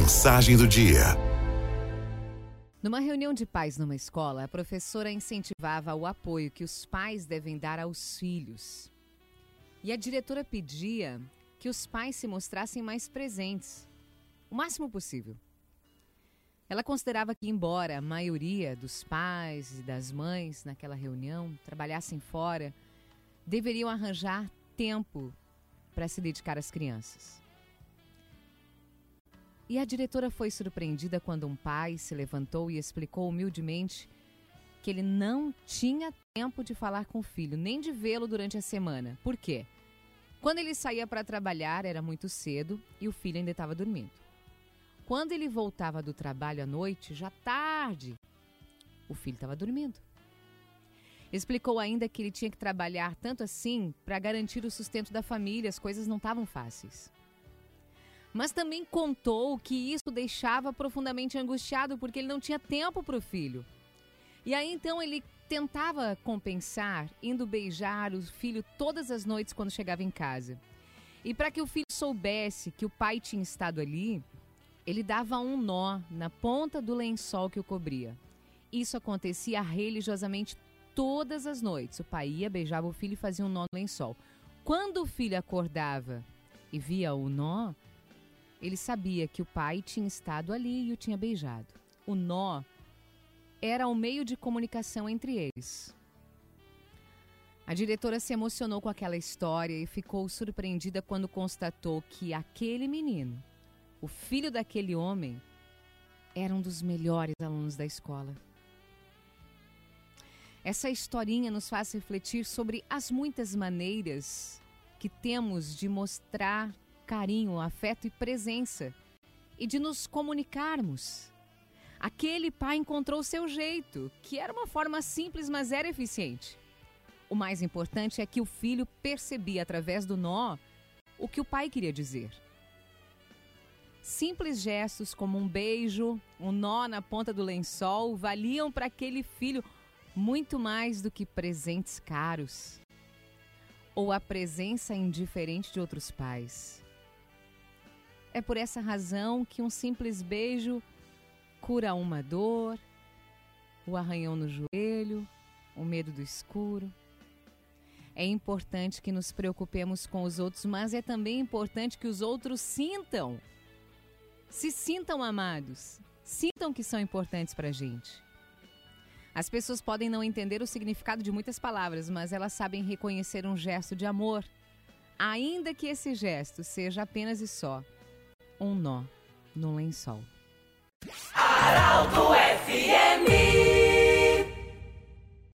Mensagem do dia. Numa reunião de pais numa escola, a professora incentivava o apoio que os pais devem dar aos filhos. E a diretora pedia que os pais se mostrassem mais presentes, o máximo possível. Ela considerava que, embora a maioria dos pais e das mães naquela reunião trabalhassem fora, deveriam arranjar tempo para se dedicar às crianças. E a diretora foi surpreendida quando um pai se levantou e explicou humildemente que ele não tinha tempo de falar com o filho, nem de vê-lo durante a semana. Por quê? Quando ele saía para trabalhar era muito cedo e o filho ainda estava dormindo. Quando ele voltava do trabalho à noite, já tarde, o filho estava dormindo. Explicou ainda que ele tinha que trabalhar tanto assim para garantir o sustento da família, as coisas não estavam fáceis. Mas também contou que isso o deixava profundamente angustiado porque ele não tinha tempo para o filho. E aí então ele tentava compensar indo beijar o filho todas as noites quando chegava em casa. E para que o filho soubesse que o pai tinha estado ali, ele dava um nó na ponta do lençol que o cobria. Isso acontecia religiosamente todas as noites. O pai ia, beijava o filho e fazia um nó no lençol. Quando o filho acordava e via o nó, ele sabia que o pai tinha estado ali e o tinha beijado. O nó era o meio de comunicação entre eles. A diretora se emocionou com aquela história e ficou surpreendida quando constatou que aquele menino, o filho daquele homem, era um dos melhores alunos da escola. Essa historinha nos faz refletir sobre as muitas maneiras que temos de mostrar carinho, afeto e presença e de nos comunicarmos. Aquele pai encontrou o seu jeito, que era uma forma simples, mas era eficiente. O mais importante é que o filho percebia através do nó o que o pai queria dizer. Simples gestos como um beijo, um nó na ponta do lençol valiam para aquele filho muito mais do que presentes caros ou a presença indiferente de outros pais. É por essa razão que um simples beijo cura uma dor, o arranhão no joelho, o medo do escuro. É importante que nos preocupemos com os outros, mas é também importante que os outros se sintam amados, sintam que são importantes para a gente. As pessoas podem não entender o significado de muitas palavras, mas elas sabem reconhecer um gesto de amor, ainda que esse gesto seja apenas e só um nó no lençol. Arauto